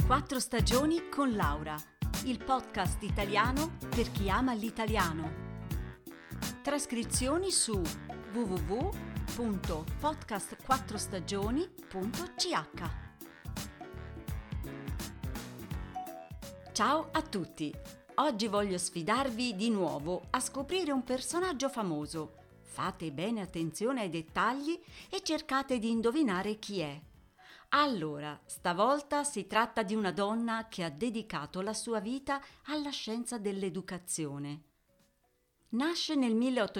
4 stagioni con Laura, il podcast italiano per chi ama l'italiano. Trascrizioni su www.podcast4stagioni.ch. Ciao a tutti! Oggi voglio sfidarvi di nuovo a scoprire un personaggio famoso. Fate bene attenzione ai dettagli e cercate di indovinare chi è. Allora, stavolta si tratta di una donna che ha dedicato la sua vita alla scienza dell'educazione. Nasce nel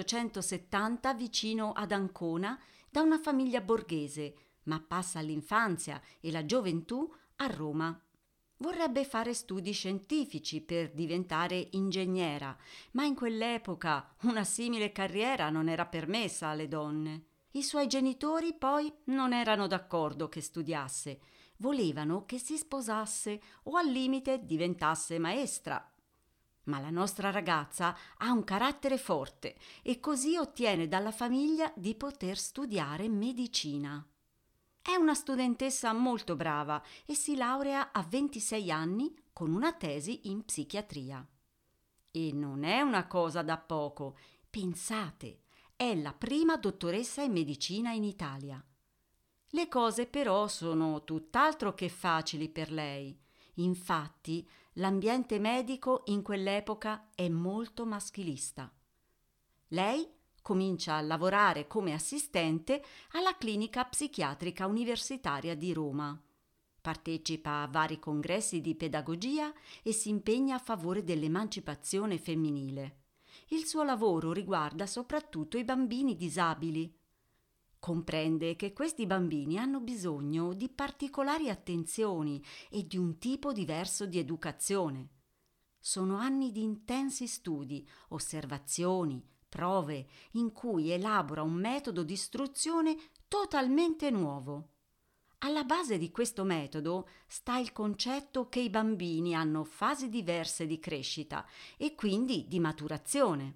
1870 vicino ad Ancona da una famiglia borghese, ma passa l'infanzia e la gioventù a Roma. Vorrebbe fare studi scientifici per diventare ingegnera, ma in quell'epoca una simile carriera non era permessa alle donne. I suoi genitori poi non erano d'accordo che studiasse, volevano che si sposasse o al limite diventasse maestra. Ma la nostra ragazza ha un carattere forte e così ottiene dalla famiglia di poter studiare medicina. È una studentessa molto brava e si laurea a 26 anni con una tesi in psichiatria. E non è una cosa da poco, pensate, è la prima dottoressa in medicina in Italia. Le cose però sono tutt'altro che facili per lei. Infatti, l'ambiente medico in quell'epoca è molto maschilista. Lei comincia a lavorare come assistente alla clinica psichiatrica universitaria di Roma. Partecipa a vari congressi di pedagogia e si impegna a favore dell'emancipazione femminile. Il suo lavoro riguarda soprattutto i bambini disabili. Comprende che questi bambini hanno bisogno di particolari attenzioni e di un tipo diverso di educazione. Sono anni di intensi studi, osservazioni, prove, in cui elabora un metodo di istruzione totalmente nuovo. Alla base di questo metodo sta il concetto che i bambini hanno fasi diverse di crescita e quindi di maturazione.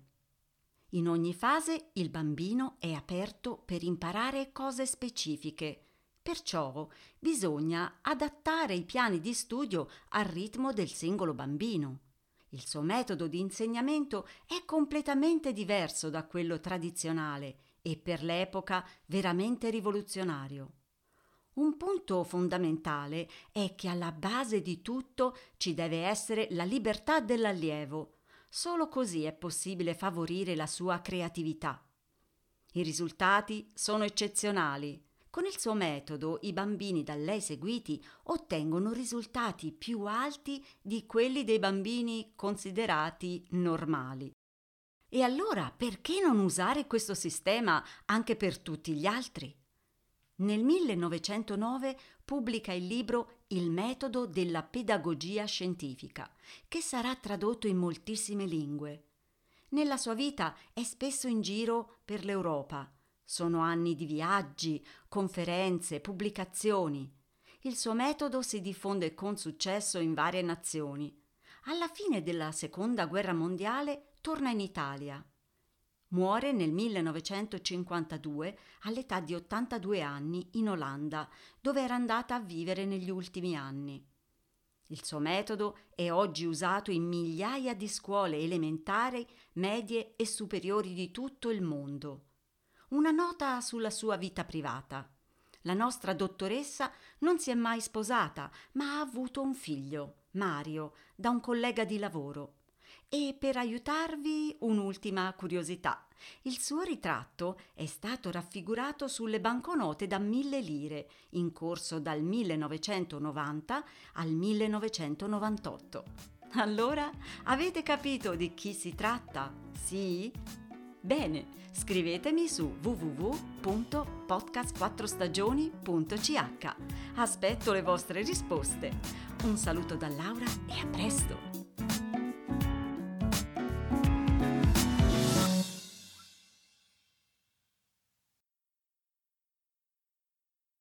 In ogni fase il bambino è aperto per imparare cose specifiche, perciò bisogna adattare i piani di studio al ritmo del singolo bambino. Il suo metodo di insegnamento è completamente diverso da quello tradizionale e per l'epoca veramente rivoluzionario. Un punto fondamentale è che alla base di tutto ci deve essere la libertà dell'allievo. Solo così è possibile favorire la sua creatività. I risultati sono eccezionali. Con il suo metodo i bambini da lei seguiti ottengono risultati più alti di quelli dei bambini considerati normali. E allora perché non usare questo sistema anche per tutti gli altri? Nel 1909 pubblica il libro Il metodo della pedagogia scientifica, che sarà tradotto in moltissime lingue. Nella sua vita è spesso in giro per l'Europa. Sono anni di viaggi, conferenze, pubblicazioni. Il suo metodo si diffonde con successo in varie nazioni. Alla fine della Seconda Guerra Mondiale torna in Italia. Muore nel 1952 all'età di 82 anni in Olanda, dove era andata a vivere negli ultimi anni. Il suo metodo è oggi usato in migliaia di scuole elementari, medie e superiori di tutto il mondo. Una nota sulla sua vita privata. La nostra dottoressa non si è mai sposata, ma ha avuto un figlio, Mario, da un collega di lavoro. E per aiutarvi un'ultima curiosità. Il suo ritratto è stato raffigurato sulle banconote da 1.000 lire, in corso dal 1990 al 1998. Allora, avete capito di chi si tratta? Sì? Bene, scrivetemi su www.podcast4stagioni.ch. Aspetto le vostre risposte. Un saluto da Laura e a presto!